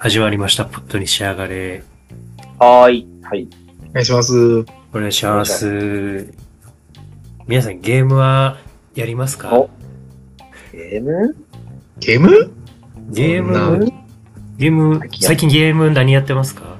始まりました。ポットに仕上がれ。 はーい。はい。 お願いします。 お願いします。皆さんゲームはやりますか？ お、ゲームゲームゲーそんなム、ゲーム、最近ゲーム何やってますか？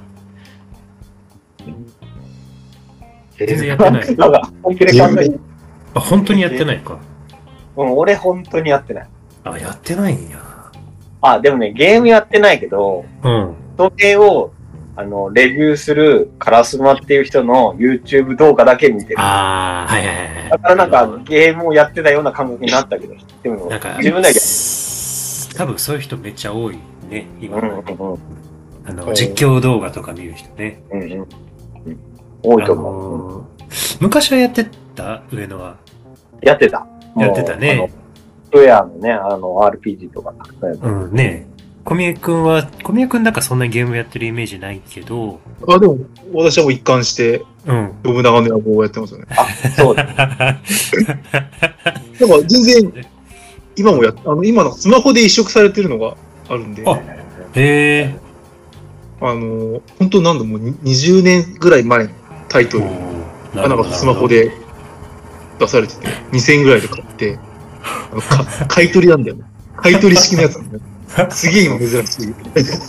全然やってない。 なんか、本気で考えて。 あ、本当にやってないか。 俺本当にやってない。 あ、やってないんや。 あ、でもね、ゲームやってないけど、 うん。 時計を、レビューするカラスマっていう人の YouTube 動画だけ見てる。 あー、はいはいはい。 だからなんか、ゲームをやってたような感覚になったけど、でも、 なんか、 自分だけ。 多分そういう人めっちゃ多いね、今。 うん。 実況動画とか見る人ね。 多いと思う。 昔はやってた上野は。 やってた。 やってたね。 スクエアのね、RPG とか。 うんね。小宮君なんかそんなゲームやってるイメージないけど。 あ、でも、私はもう一貫して、 うん。 信長の野望をやってますよね。 あ、そうだ。 なんか全然、今も今のスマホで移植されてるのがあるんで、 あ、へえ。 本当なんだもう20年ぐらい前のタイトルがなんかスマホで出されてて、2000円ぐらいで買って、買い取りなんだよね。買い取り式のやつなんだよ。すげえ今珍しい。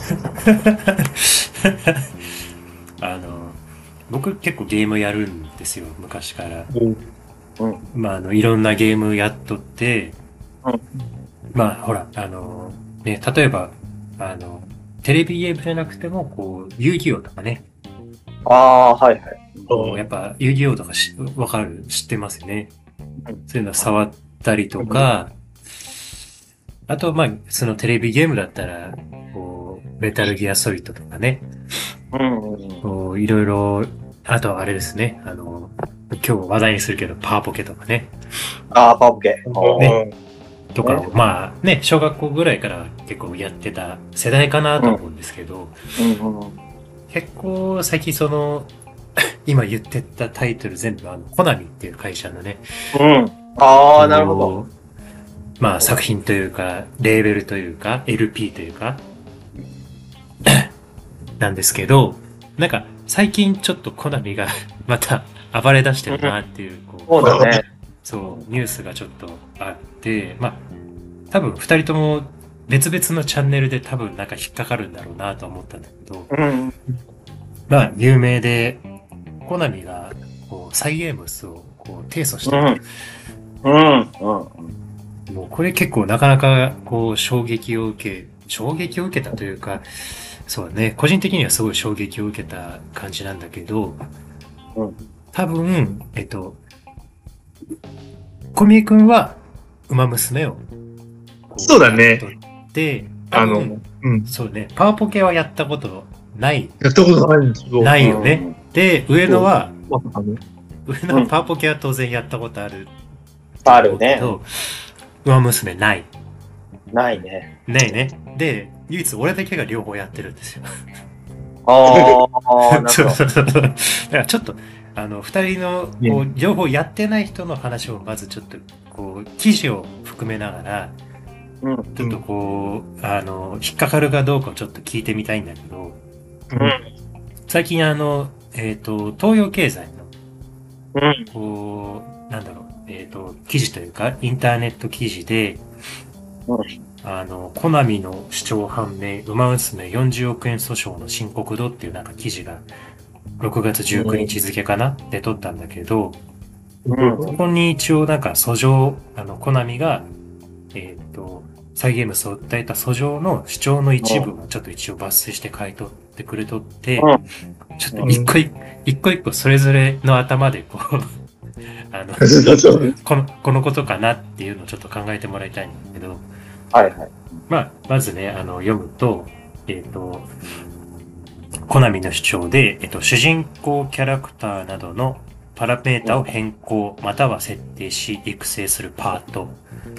僕結構ゲームやるんですよ、昔から。 うん。 まあ、いろんなゲームやっとって、 うん。 まあ、ほら、ね、例えば、テレビゲームじゃなくても、こう、遊戯王とかね。 ああー、はいはい。 やっぱ、遊戯王とかわかる、知ってますよね。そういうの触ったりとか、あと、まあ、そのテレビゲームだったら、こう、メタルギアソリッドとかね。こういろいろ、あとあれですね。今日話題にするけど、パワポケとかね。 ああ、パワポケ。 ね。とかを、まあね、小学校ぐらいから結構やってた世代かなと思うんですけど、結構最近その、今言ってたタイトル全部コナミっていう会社のね。 ああ、なるほど。 まあ作品というか、レーベルというか、LP というか、なんですけど、なんか最近ちょっとコナミがまた暴れ出してるなっていう、 そうだね。 そう、ニュースがちょっとあって、まあ、多分二人とも別々のチャンネルで多分なんか引っかかるんだろうなと思ったんだけど、まあ、有名で、コナミが、こう、サイ・ゲームスをこう提訴してる。もうこれ結構なかなかこう衝撃を受けたというか、そうだね、個人的にはすごい衝撃を受けた感じなんだけど、多分、小宮君は、馬娘を、 そうだね。 で、そうね、パワポケはやったことない。 やったことないんですけど。 ないよね。で、上野はパワポケは当然やったことある。 あるね。 馬娘ない。 ないね。 ないね。で、唯一俺だけが両方やってるんですよ。 ああ、なるほど。 だからちょっと、二人の、こう、両方やってない人の話をまずちょっと、こう、記事を含めながら、ちょっとこう、引っかかるかどうかをちょっと聞いてみたいんだけど、最近東洋経済の、こう、なんだろう、記事というか、インターネット記事で、コナミの主張判明、馬娘40億円訴訟の申告度っていうなんか記事が、6月19日付かなで撮ったんだけど、ここに一応なんか訴状、コナミが、サイ・ゲームスを訴えた訴状の主張の一部をちょっと一応抜粋して書いとってくれとって、ちょっと一個一個それぞれの頭でこうこのことかなっていうのをちょっと考えてもらいたいんだけど、まあ、まずね、読むと、コナミの主張で、主人公キャラクターなどのパラメータを変更、または設定し、育成するパート。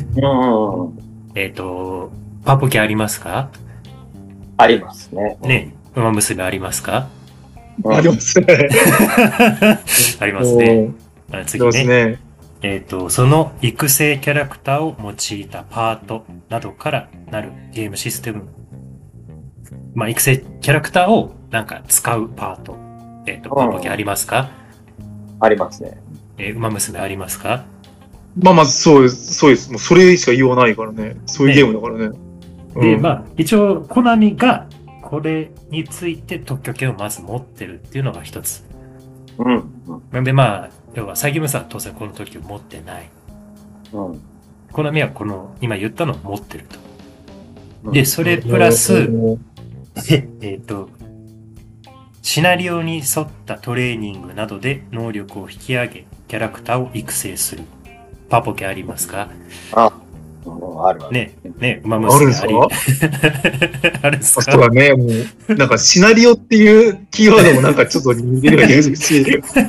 パワポケありますか？ ありますね。 ね、馬娘ありますか？ ありますね。 ありますね。次ね。その育成キャラクターを用いたパートなどからなるゲームシステムまあ、育成キャラクターをなんか使うパート、パポケありますか？ ありますね。 ウマ娘ありますか？ まあまあ、そうです。そうです。もうそれしか言わないからね。そういうゲームだからね。 で、まあ、一応、コナミがこれについて特許権をまず持ってるっていうのが一つ。 うん。 なんでまあ、要は、サギムさんは当然この特許を持ってない。 うん。 コナミはこの、今言ったのを持ってると。 うんで、それプラス、シナリオに沿ったトレーニングなどで能力を引き上げ、キャラクターを育成する。パポケありますか？ あるわ。 ね、ウマ娘あり。あるんですか？ そうだね。もう、なんかシナリオっていうキーワードもなんかちょっと似てるような気がするし。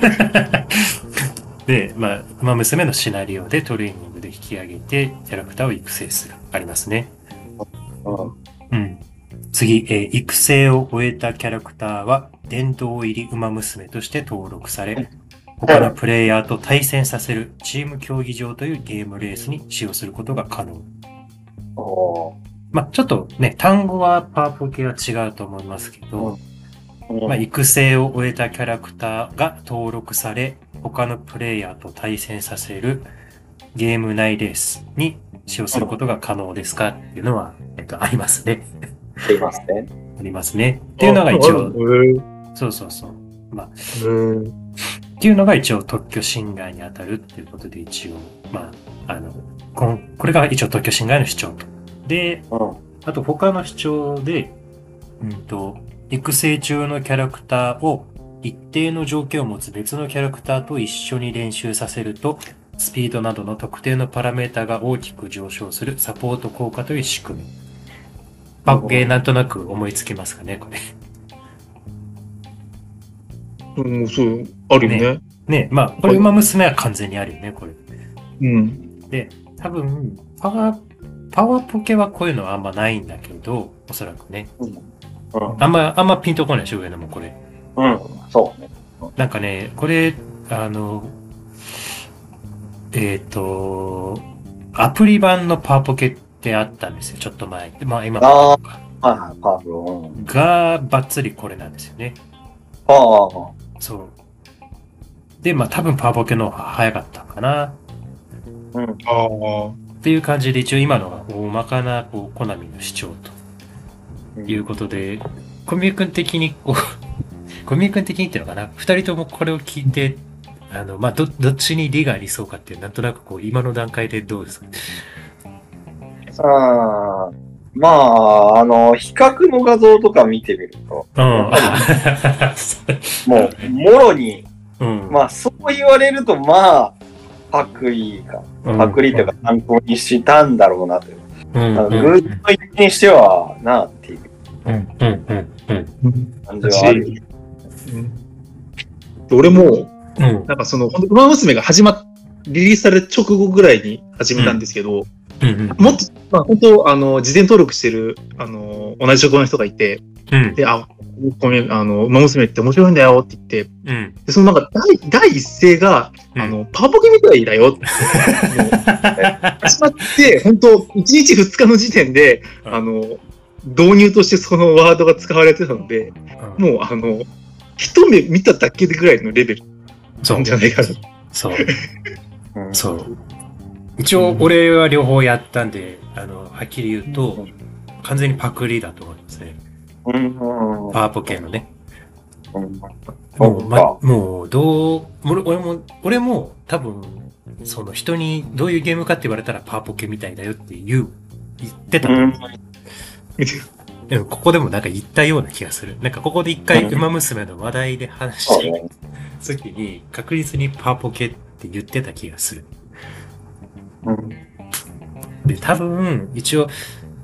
で、まあ、ウマ娘のシナリオでトレーニングで引き上げて、キャラクターを育成する。ありますね。うん。次、育成を終えたキャラクターは、殿堂入りウマ娘として登録され、他のプレイヤーと対戦させるチーム競技場というゲームレースに使用することが可能。まあ、ちょっとね、単語はパワポケは違うと思いますけど、まあ、育成を終えたキャラクターが登録され、他のプレイヤーと対戦させるゲーム内レースに使用することが可能ですかっていうのは、ありますね。 ありますね。 ありますね。っていうのが一応、そうそうそう。まあ、っていうのが一応特許侵害に当たるっていうことで一応、まあ、これが一応特許侵害の主張と。で、あと他の主張で、育成中のキャラクターを一定の条件を持つ別のキャラクターと一緒に練習させると、スピードなどの特定のパラメータが大きく上昇するサポート効果という仕組み。パッケーなんとなく思いつきますかね、これ。 そう、あるよね。 ね、まあ、これ、ウマ娘は完全にあるよね、これ。 うん。 で、多分、パワーポケはこういうのはあんまないんだけど、おそらくね。あんまピンとこないでしょ、上野もこれ。 そうね。 なんかね、これ、アプリ版のパワーポケってあったんですよ、ちょっと前。まあ、今もパワーが、ばっつりこれなんですよね。そう。で、まあ多分パワーポケの方が早かったかな。っていう感じで一応今のが大まかなコナミの主張ということで、小宮君的に小宮君的にっていうのかな、二人ともこれを聞いて、まあどっちに利がありそうかっていう、なんとなく今の段階でどうですか？ まあ、比較の画像とか見てみると、もう、もろに、まあ、そう言われると、まあ、パクリというか参考にしたんだろうなという。グッド一気にしてはなっていう感じはある。 俺も、なんかウマ娘がリリースされる直後ぐらいに始めたんですけど、もっと、まあ本当、事前登録してる、同じ職場の人がいて、で、ごめん、ウマ娘って面白いんだよって言って、で、そのなんか、第一声が、パワポケみたいだよって、始まって、本当1日2日の時点で、導入としてそのワードが使われてたので、もう、一目見ただけでぐらいのレベルなんじゃないかな。 そう。そう。一応、俺は両方やったんで、はっきり言うと、完全にパクリだと思いますね。パワーポケのね。もう、俺も多分、人にどういうゲームかって言われたらパワーポケみたいだよって言ってたと思う。でもここでもなんか言ったような気がする。なんかここで一回ウマ娘の話題で話した時に確実にパワーポケって言ってた気がする。で、多分、一応、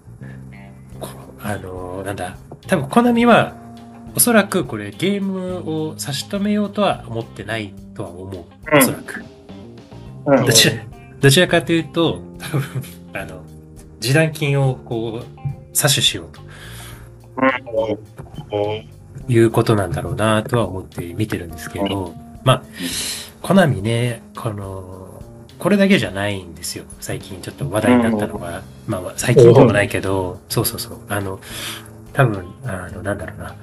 多分コナミは、おそらくこれゲームを差し止めようとは思ってないとは思う。おそらく。どちらかというと、多分、示談金を詐取しようと。いうことなんだろうなとは思って見てるんですけど、まあ、コナミね、これだけじゃないんですよ。最近ちょっと話題になったのが、まあ最近でもないけど、そう。 多分、なんだろうな。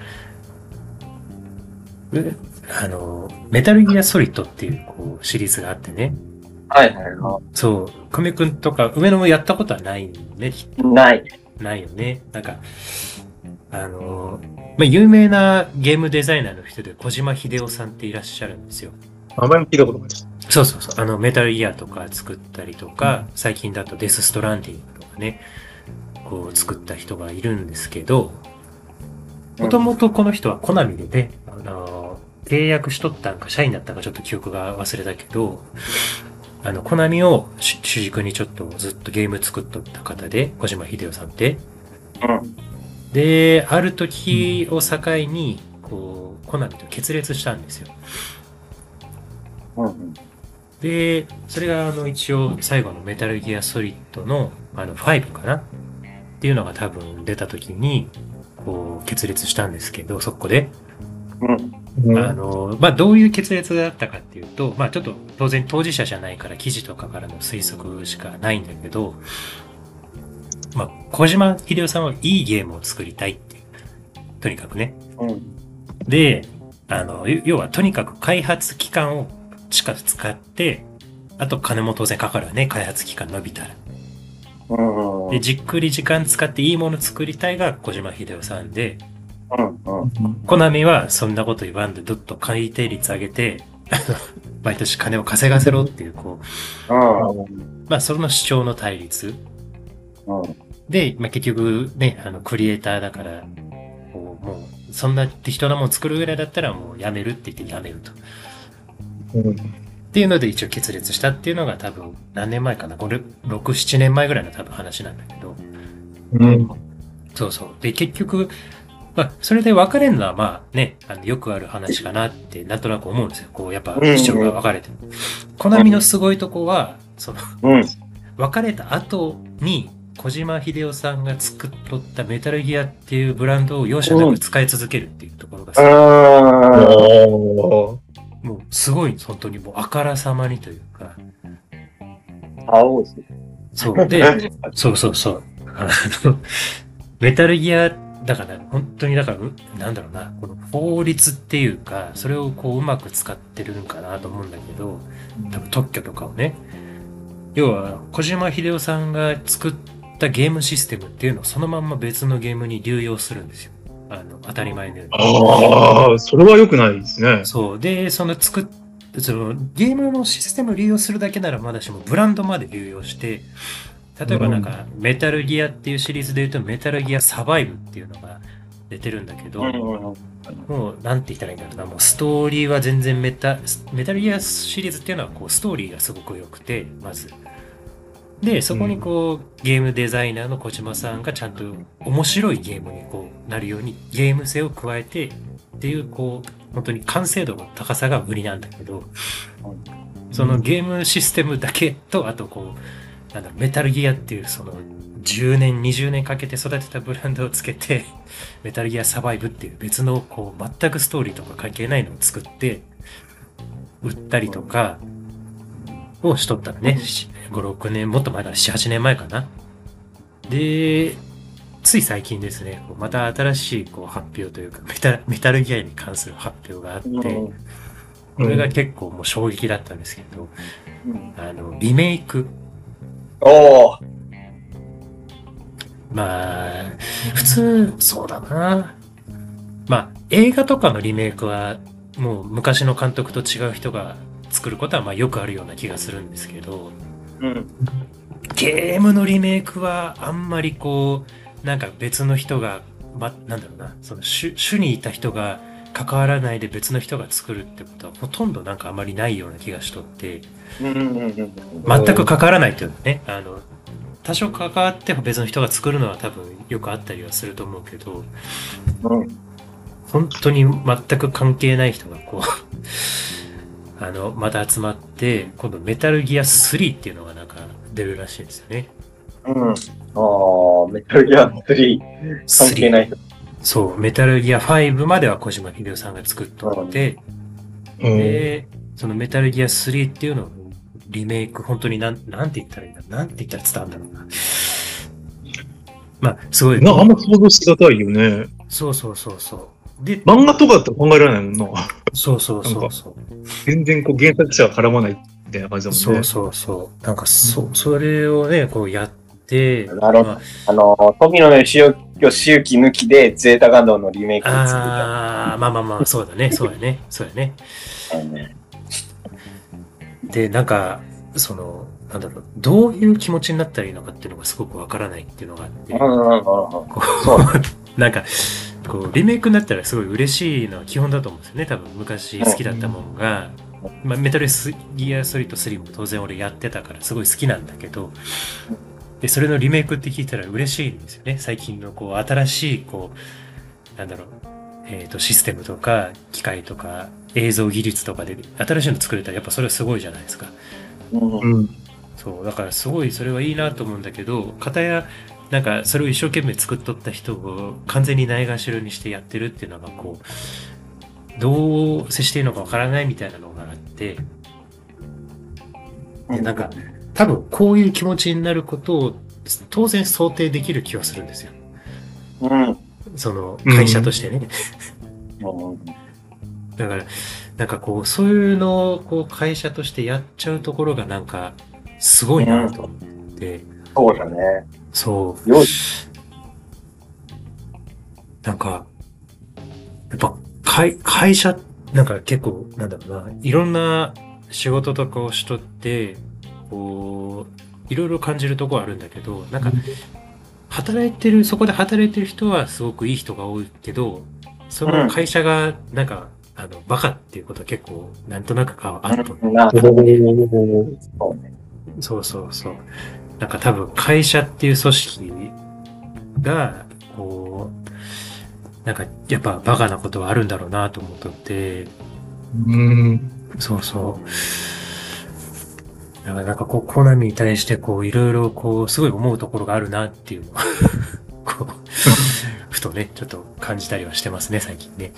メタルギアソリッドっていう、こう、シリーズがあってね。 はいはいはい。 そう、久米くんとか、上野もやったことはないね。 ない。 ないよね。なんか、有名なゲームデザイナーの人で小島秀夫さんっていらっしゃるんですよ。 名前も聞いたことない。 そうそうそう。メタルギアとか作ったりとか、最近だとデスストランディングとかね、こう作った人がいるんですけど、もともとこの人はコナミでね、契約しとったんか社員だったかちょっと記憶が忘れたけど、コナミを主軸にちょっとずっとゲーム作っとった方で、小島秀夫さんって。で、ある時を境に、こう、コナミと決裂したんですよ。で、それが一応最後のメタルギアソリッドの5かなっていうのが多分出た時に、こう、決裂したんですけど、そこで。どういう決裂だったかっていうと、ちょっと当然当事者じゃないから記事とかからの推測しかないんだけど、小島秀夫さんはいいゲームを作りたいって。とにかくね。で、要はとにかく開発期間をしか使って、あと金も当然かかるわね、開発期間伸びたら。で、じっくり時間使っていいもの作りたいが小島秀夫さんで、コナミはそんなこと言わんでどっと改定率上げて、毎年金を稼がせろっていう、こう、その主張の対立。で、結局ね、クリエイターだから、こうもう、そんな適当なもん作るぐらいだったらもうやめるって言ってやめると。っていうので一応決裂したっていうのが多分何年前かな、6、7年前ぐらいの多分話なんだけど。そうそう。で、結局、それで別れるのはよくある話かなってなんとなく思うんですよ。こう、やっぱ主張が分かれてる。コナミのすごいとこは、別れた後に小島秀夫さんが作っとったメタルギアっていうブランドを容赦なく使い続けるっていうところがもうすごい、本当にもうあからさまにというか。そう。で、そうそうそう。メタルギア、だから、本当にだから、なんだろうな、この法律っていうか、それをこううまく使ってるんかなと思うんだけど、多分特許とかをね。要は、小島秀夫さんが作ったゲームシステムっていうのをそのまんま別のゲームに流用するんですよ。当たり前のように。それは良くないですね。 そう。で、そのゲームのシステムを流用するだけならまだしも、ブランドまで流用して、例えばなんか、メタルギアっていうシリーズで言うと、メタルギアサバイブっていうのが出てるんだけど、もう、なんて言ったらいいんだろうな、もうストーリーは全然メタルギアシリーズっていうのは、こう、ストーリーがすごく良くて、まず。で、そこにこう、ゲームデザイナーの小島さんがちゃんと面白いゲームにこうなるように、ゲーム性を加えてっていう、こう、本当に完成度の高さが売りなんだけど、そのゲームシステムだけと、あとこう、なんだろう、メタルギアっていうその10年、20年かけて育てたブランドをつけて、メタルギアサバイブっていう別のこう、全くストーリーとか関係ないのを作って、売ったりとか、をしとったらね、5、6年、もっと前だ、7、8年前かな。で、つい最近ですね、また新しいこう発表というか、メタルギアに関する発表があって、これが結構もう衝撃だったんですけど、リメイク。普通、そうだな。映画とかのリメイクは、もう昔の監督と違う人が作ることはよくあるような気がするんですけど、ゲームのリメイクはあんまりこうなんか別の人が、なんだろうな、その主にいた人が関わらないで別の人が作るってことはほとんどなんかあまりないような気がしとって、全く関わらないっていうのね、多少関わっても別の人が作るのは多分よくあったりはすると思うけど、本当に全く関係ない人がこうまた集まって、今度メタルギア3っていうのがなんか出るらしいんですよね。 メタルギア3。関係ない人。 そう、メタルギア5までは小島秀夫さんが作っとって、で、そのメタルギア3っていうのをリメイク、本当になんて言ったらいいんだ、なんて言ったら伝わるんだろうな。 まあ、すごい。 あんま想像しがたいよね。 そうそうそうそう。 で、漫画とかだって考えられないもんな。 そうそうそうそう。 全然こう原作者は絡まないみたいな感じだもんね。 そうそうそう。なんかそれをね、こうやって、 なるほど。富野義行抜きで、ゼータガンダムのリメイクを作った。 まあまあまあ、そうだね、そうやね、そうやね。で、なんか、なんだろう、どういう気持ちになったらいいのかっていうのがすごくわからないっていうのがあって、なんか、こう、リメイクになったらすごい嬉しいのは基本だと思うんですよね。多分昔好きだったもんが、まあ、メタルギアソリッド3も当然俺やってたからすごい好きなんだけど、で、それのリメイクって聞いたら嬉しいんですよね。最近のこう、新しいこう、なんだろう、システムとか、機械とか、映像技術とかで新しいの作れたらやっぱそれはすごいじゃないですか。そう、だからすごいそれはいいなと思うんだけど、片や、なんかそれを一生懸命作っとった人を完全にないがしろにしてやってるっていうのがこう、どう接していいのかわからないみたいなのがあって、で、なんか、多分こういう気持ちになることを当然想定できる気はするんですよ。その会社としてね。だから、なんかこう、そういうのをこう会社としてやっちゃうところがなんか、すごいなと思って。 そうだね。 そう。なんか、やっぱ会社、なんか結構、なんだろうな、いろんな仕事とかをしとって、こう、いろいろ感じるところあるんだけど、なんか、そこで働いてる人はすごくいい人が多いけど、その会社が、なんか、バカっていうことは結構、なんとなくあった。そうそうそう。なんか多分、会社っていう組織が、こう、なんか、やっぱバカなことはあるんだろうなと思っとって、そうそう。だからなんかこう、コナミに対してこう、いろいろこう、すごい思うところがあるなっていうのをこう、ふとね、ちょっと感じたりはしてますね、最近ね。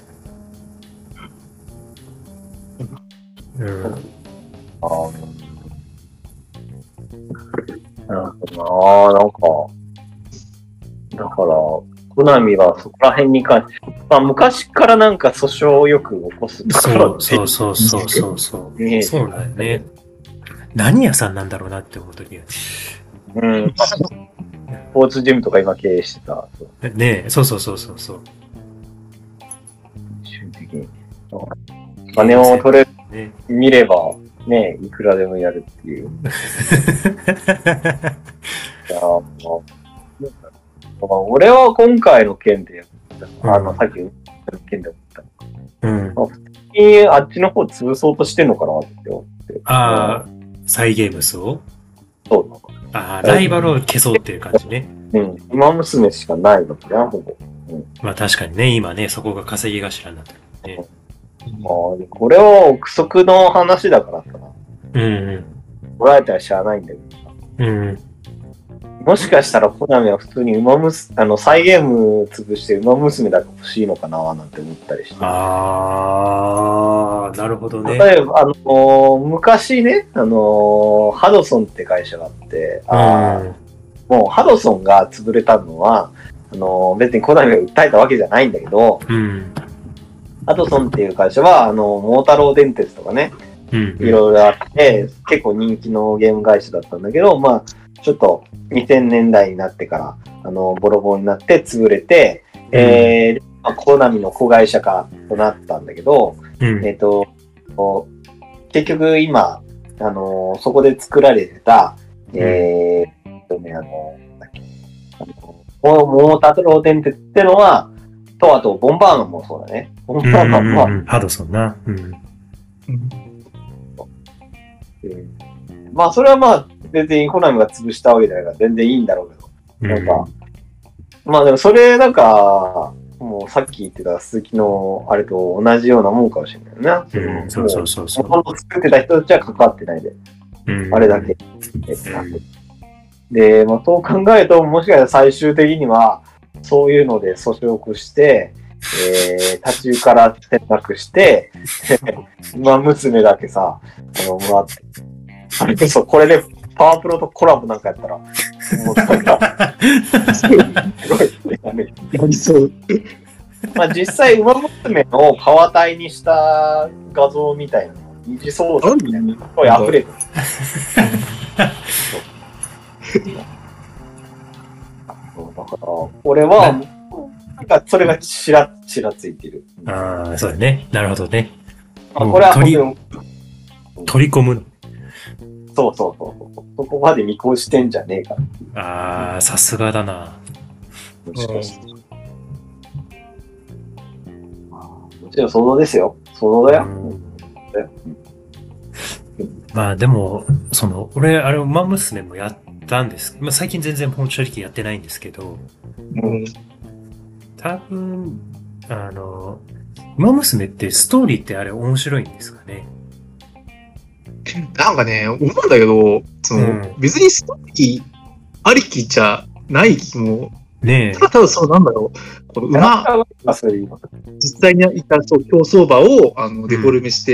なるほどな。なんか、だから、コナミはそこら辺に関して、まあ昔からなんか訴訟をよく起こすところって。 そう。そうなんだよね。何屋さんなんだろうなって思うときは。 スポーツジムとか今経営してた。 ねえ、そう。 終的に。金を取れ、見れば、ね、いくらでもやるっていう。俺は今回の件で、さっきの件だったの。普通にあっちの方潰そうとしてんのかなって思って。 サイゲームスをそうライバルを消そうっていう感じね。 馬娘しかないのかな、ほぼ。 まあ確かにね、今ね、そこが稼ぎ頭になってるね。 これは憶測の話だからさ。もらえたらしゃあないんだけど。もしかしたらコナミは普通にサイゲーム潰して馬娘だけ欲しいのかななんて思ったりして。 なるほどね。 例えば、昔ね、ハドソンって会社があって、もうハドソンが潰れたのは、別にコナミが訴えたわけじゃないんだけど、ハドソンっていう会社は、モータロー電鉄とかね、いろいろあって、結構人気のゲーム会社だったんだけど、まあ、ちょっと2000年代になってから、ボロボロになって潰れて、コナミの子会社化となったんだけど、結局今、そこで作られてた、モータロー電鉄ってのは、あと、ボンバーマンもそうだね。ボンバーマンは、 ハドソンな。 まあ、それはまあ、別にコナミが潰したわけじゃないから全然いいんだろうけど。なんか、まあでもそれなんか、もうさっき言ってた鈴木のあれと同じようなもんかもしれないよね。 そう。 本当作ってた人たちは関わってないで。あれだけ。で、まあそう考えると、もしかしたら最終的には、そういうので訴訟を起こして、立ち行から転落して、馬娘だけさ、もらって。あれこそ、これでパワープロとコラボなんかやったら、 もうなんか、すごいやめる。 やりそう。 まあ実際、馬娘の皮体にした画像みたいな、二次創作みたいな、すごい溢れてる。だから、俺は、なんかそれがちらついてる。 ああ、そうだね。なるほどね。 これは取り込む。 そう。そこまで見越してんじゃねえか。 ああ、さすがだな。 もしかして。もちろん想像ですよ。想像だよ。 まあでも、俺、あれ、馬娘もやったんですけど、まあ最近全然正直やってないんですけど、多分、馬娘ってストーリーってあれ面白いんですかね。 なんかね、思うんだけど、別にストーリーありきじゃない気も、 ねえ。 ただなんだろう、この馬、実際にいた競走馬をデフォルメして、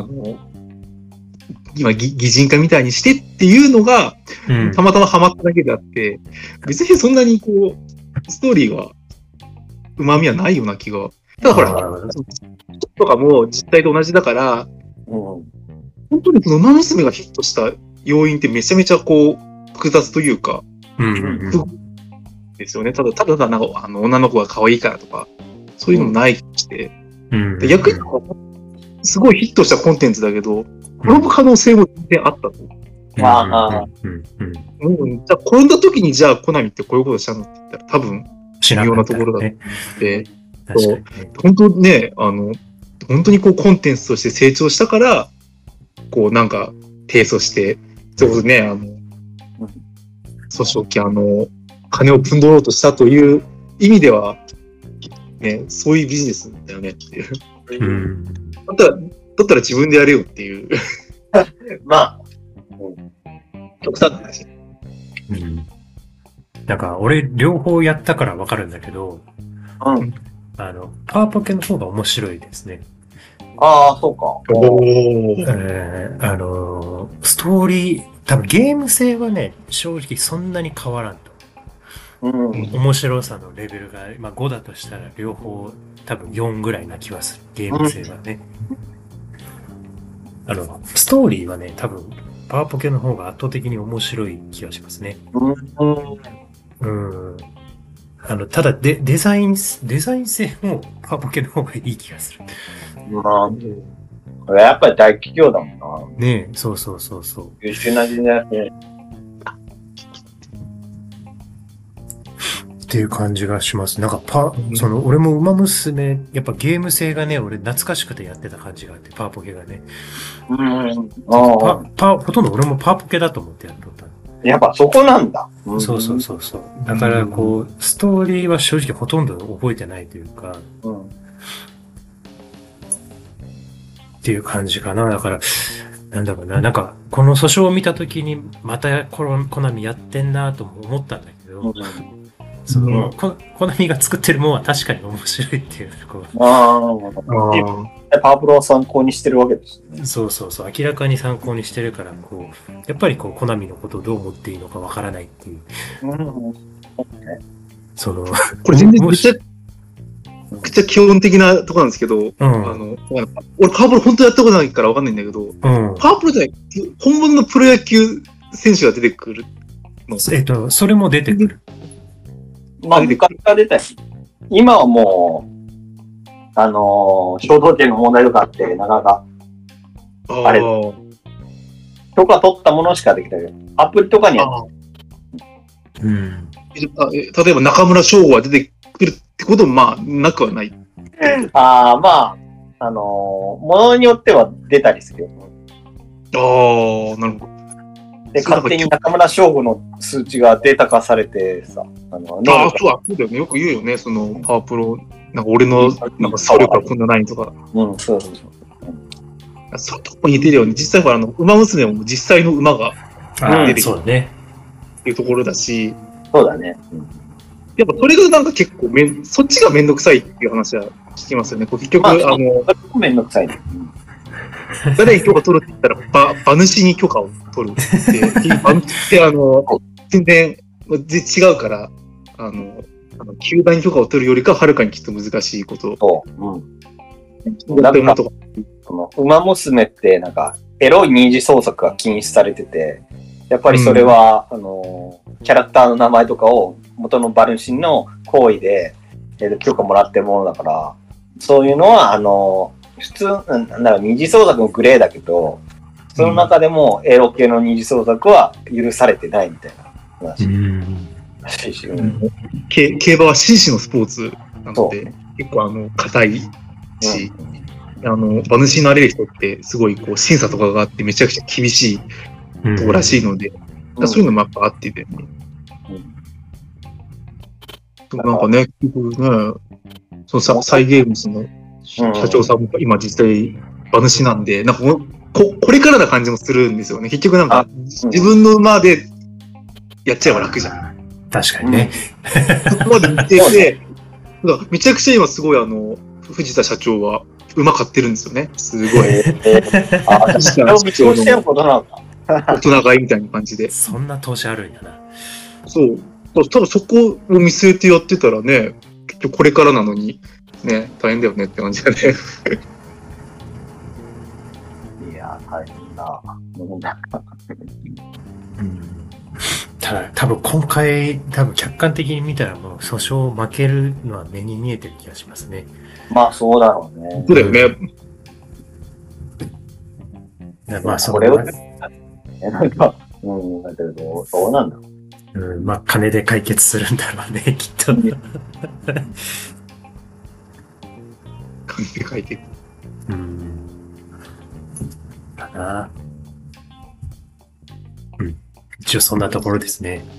今、擬人化みたいにしてっていうのが、たまたまハマっただけであって、別にそんなにこう、ストーリーが、旨味はないような気が。ただほら、とかも実態と同じだから、本当にこの馬娘がヒットした要因ってめちゃめちゃこう、複雑というか、ですよね。ただなんか女の子が可愛いからとか、そういうのもない気がして、逆にすごいヒットしたコンテンツだけど、転ぶ可能性も全然あったと。じゃあ転んだ時にじゃあコナミってこういうことしたのって言ったら多分微妙なところだって、本当ね、本当にこうコンテンツとして成長したから、こうなんか提訴して、そうですね、訴訟期金をぶんどろうとしたという意味では、ね、そういうビジネスだよねっていう。だったら自分でやれよっていう。 まあ、 極端な話。 なんか、俺、両方やったからわかるんだけど、パワポケの方が面白いですね。 ああ、そうか。 ストーリー、多分ゲーム性はね、正直そんなに変わらんと。面白さのレベルが、まあ5だとしたら両方多分4ぐらいな気はする。ゲーム性はね。ストーリーはね、多分パワポケの方が圧倒的に面白い気がしますね。ただデザイン性もパワポケの方がいい気がする。 これやっぱり大企業だもんな。 ねえ、そう。 優秀な時代ね。 っていう感じがします。なんか俺も馬娘、やっぱゲーム性がね、俺懐かしくてやってた感じがあって、パワポケがね。ほとんど俺もパワポケだと思ってやっとった。 やっぱそこなんだ。 そう。だからこう、ストーリーは正直ほとんど覚えてないというか、っていう感じかな。だから、なんだろうな、なんか、この訴訟を見たときに、またコナミやってんなとも思ったんだけど、コナミが作ってるものは確かに面白いっていうところ。 パワプロを参考にしてるわけですね。 そう。明らかに参考にしてるから、こう、やっぱりこう、コナミのことをどう思っていいのかわからないっていう。 これ全然めっちゃ基本的なところなんですけど、俺パワプロ本当やったことないからわかんないんだけど、パワプロじゃない、本物のプロ野球選手が出てくるの？それも出てくる。 まあ、昔から出たし、今はもう、衝動権の問題とかあって、なかなか、許可取ったものしかできないよ。アプリとかには。 例えば中村翔吾が出てくるってことも、まあ、なくはない。 まあ、ものによっては出たりするよ。 なるほど。 で、勝手に中村翔吾の数値がデータ化されてさ、 そうだよね。よく言うよね。パワープロ、なんか俺の、なんか総力がこんなないとか。そう。そういうとこ似てるよね。実際馬娘も実際の馬が出てきてっていうところだし。 そうだね。 やっぱそれがなんか結構そっちがめんどくさいっていう話は聞きますよね。結局、 めんどくさいね。 誰に許可取るって言ったら、馬主に許可を取るって、馬主って全然違うから、球団許可を取るよりかはるかにきっと難しいこと。 そう。うん。なんか、ウマ娘ってなんか、エロい二次創作が禁止されてて、やっぱりそれは、キャラクターの名前とかを元の馬主の行為で、許可もらってるものだから、そういうのは、普通、なんだろう、二次創作のグレーだけど、その中でもエロ系の二次創作は許されてないみたいな話。 競馬は紳士のスポーツなので、結構硬いし、馬主になれる人ってすごいこう審査とかがあってめちゃくちゃ厳しいとこらしいので、そういうのもやっぱあっててね。なんかね、結局ね、そのサイ・ゲームズの社長さんも今実際馬主なんで、なんかこれからな感じもするんですよね。結局なんか自分の馬でやっちゃえば楽じゃん。 確かにね。 そこまで見てて、めちゃくちゃ今すごい藤田社長は馬買ってるんですよね。すごい。大人買いみたいな感じで。 そんな投資あるんやな。 そう。多分そこを見据えてやってたらね、結局これからなのに、ね、大変だよねって感じだね。 いや、大変だ。 ただ、多分今回、客観的に見たらもう訴訟負けるのは目に見えてる気がしますね。 まあそうだろうね。 そうだよね。 まあこれを、なんか、だけど、そうなんだ。 まあ金で解決するんだろうね、きっと。 金で解決。 だな。一応そんなところですね。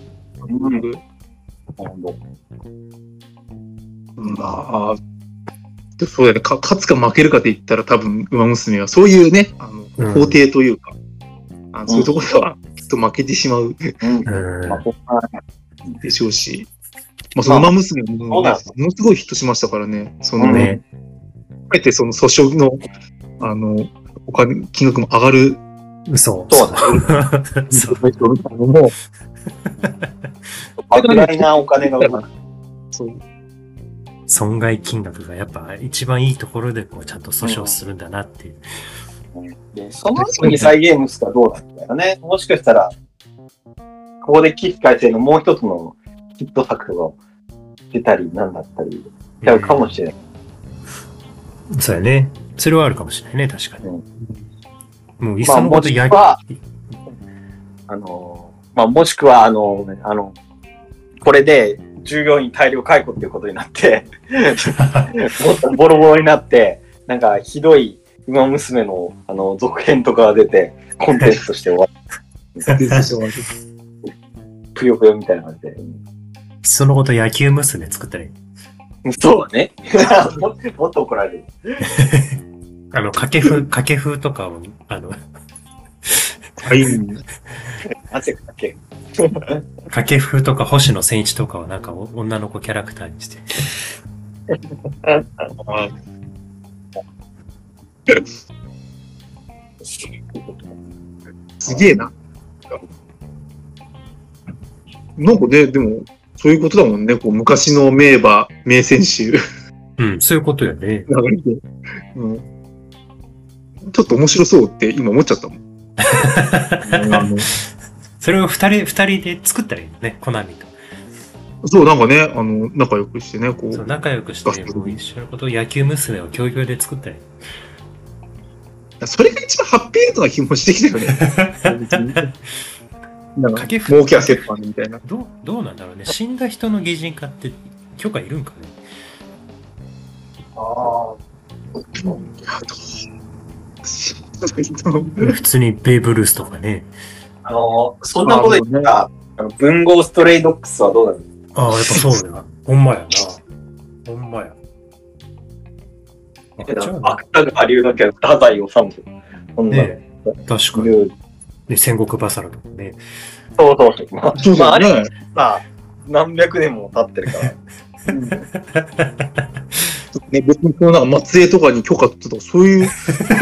まあ、そうだよね。勝つか負けるかって言ったら多分、馬娘はそういうね、法廷というか、そういうところではきっと負けてしまうでしょうし、まあ、その馬娘も、ね、ものすごいヒットしましたからね、そのね、あえてその訴訟の、金額も上がる。 そうだ。 そう。莫大なお金がそう。損害金額がやっぱ一番いいところでこうちゃんと訴訟するんだなっていう。 でその後にサイ・ゲームスがどうだったよね。もしかしたら、ここで起死回生のもう一つのヒット作が出たりなんだったりしちゃうかもしれない。 そうやね。それはあるかもしれないね、確かに。もういっそのこともしくは、これで従業員大量解雇っていうことになって、もっとボロボロになって、なんかひどい馬娘の続編とかが出て、コンテンツとして終わる。ぷよぷよみたいな感じで。 そのこと野球娘作ったらいい。 そうだね。もっと怒られる。 掛布とかを、 はい。 汗かけ。 掛布とか星野千一とかはなんか女の子キャラクターにして。 すげえな。なんかね、でも、そういうことだもんね。こう昔の名馬、名選手。 そういうことよね。 ちょっと面白そうって今思っちゃったもん。 それを二人で作ったらいいのね、コナミと。 そう、なんかね、仲良くしてね、こう。 そう、仲良くして、もう一緒のことを野球娘を協業で作ったらいい。 それが一番ハッピーエンドな気もしてきたよね。なんか、儲け汗パンみたいな。 どうなんだろうね。死んだ人の擬人化って許可いるんかね。普通にベーブ・ルースとかね。 そんなこと言ったら、文豪ストレイドックスはどうなる？ やっぱそうだよ。ほんまやな。ほんまや。 芥川龍之介、太宰治。こんなね、確かに。で、戦国バサラとかね。 そう。まあ、あれさ、何百年も経ってるから。 ね、別になんか松江とかに許可取ってたとか、そういう。 確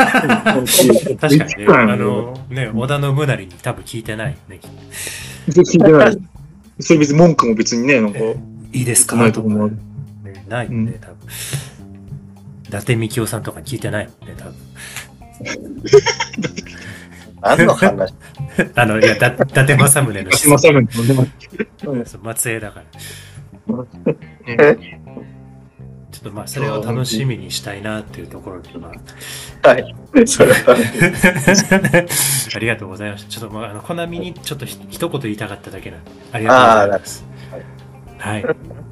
かにね、織田信成に多分聞いてないよね。 聞いてない。 それ別に文句も別にね、なんか。 いいですかないとこもある。 ないんで、多分。伊達みきおさんとか聞いてないもんね、多分。 何の話いや、伊達政宗の松江だから。ちょっとまあ、それを楽しみにしたいなっていうところで、まあ。 はい。それは。 ありがとうございました。ちょっとまあ、コナミにちょっと一言言いたかっただけなんで、ありがとうございます。はい。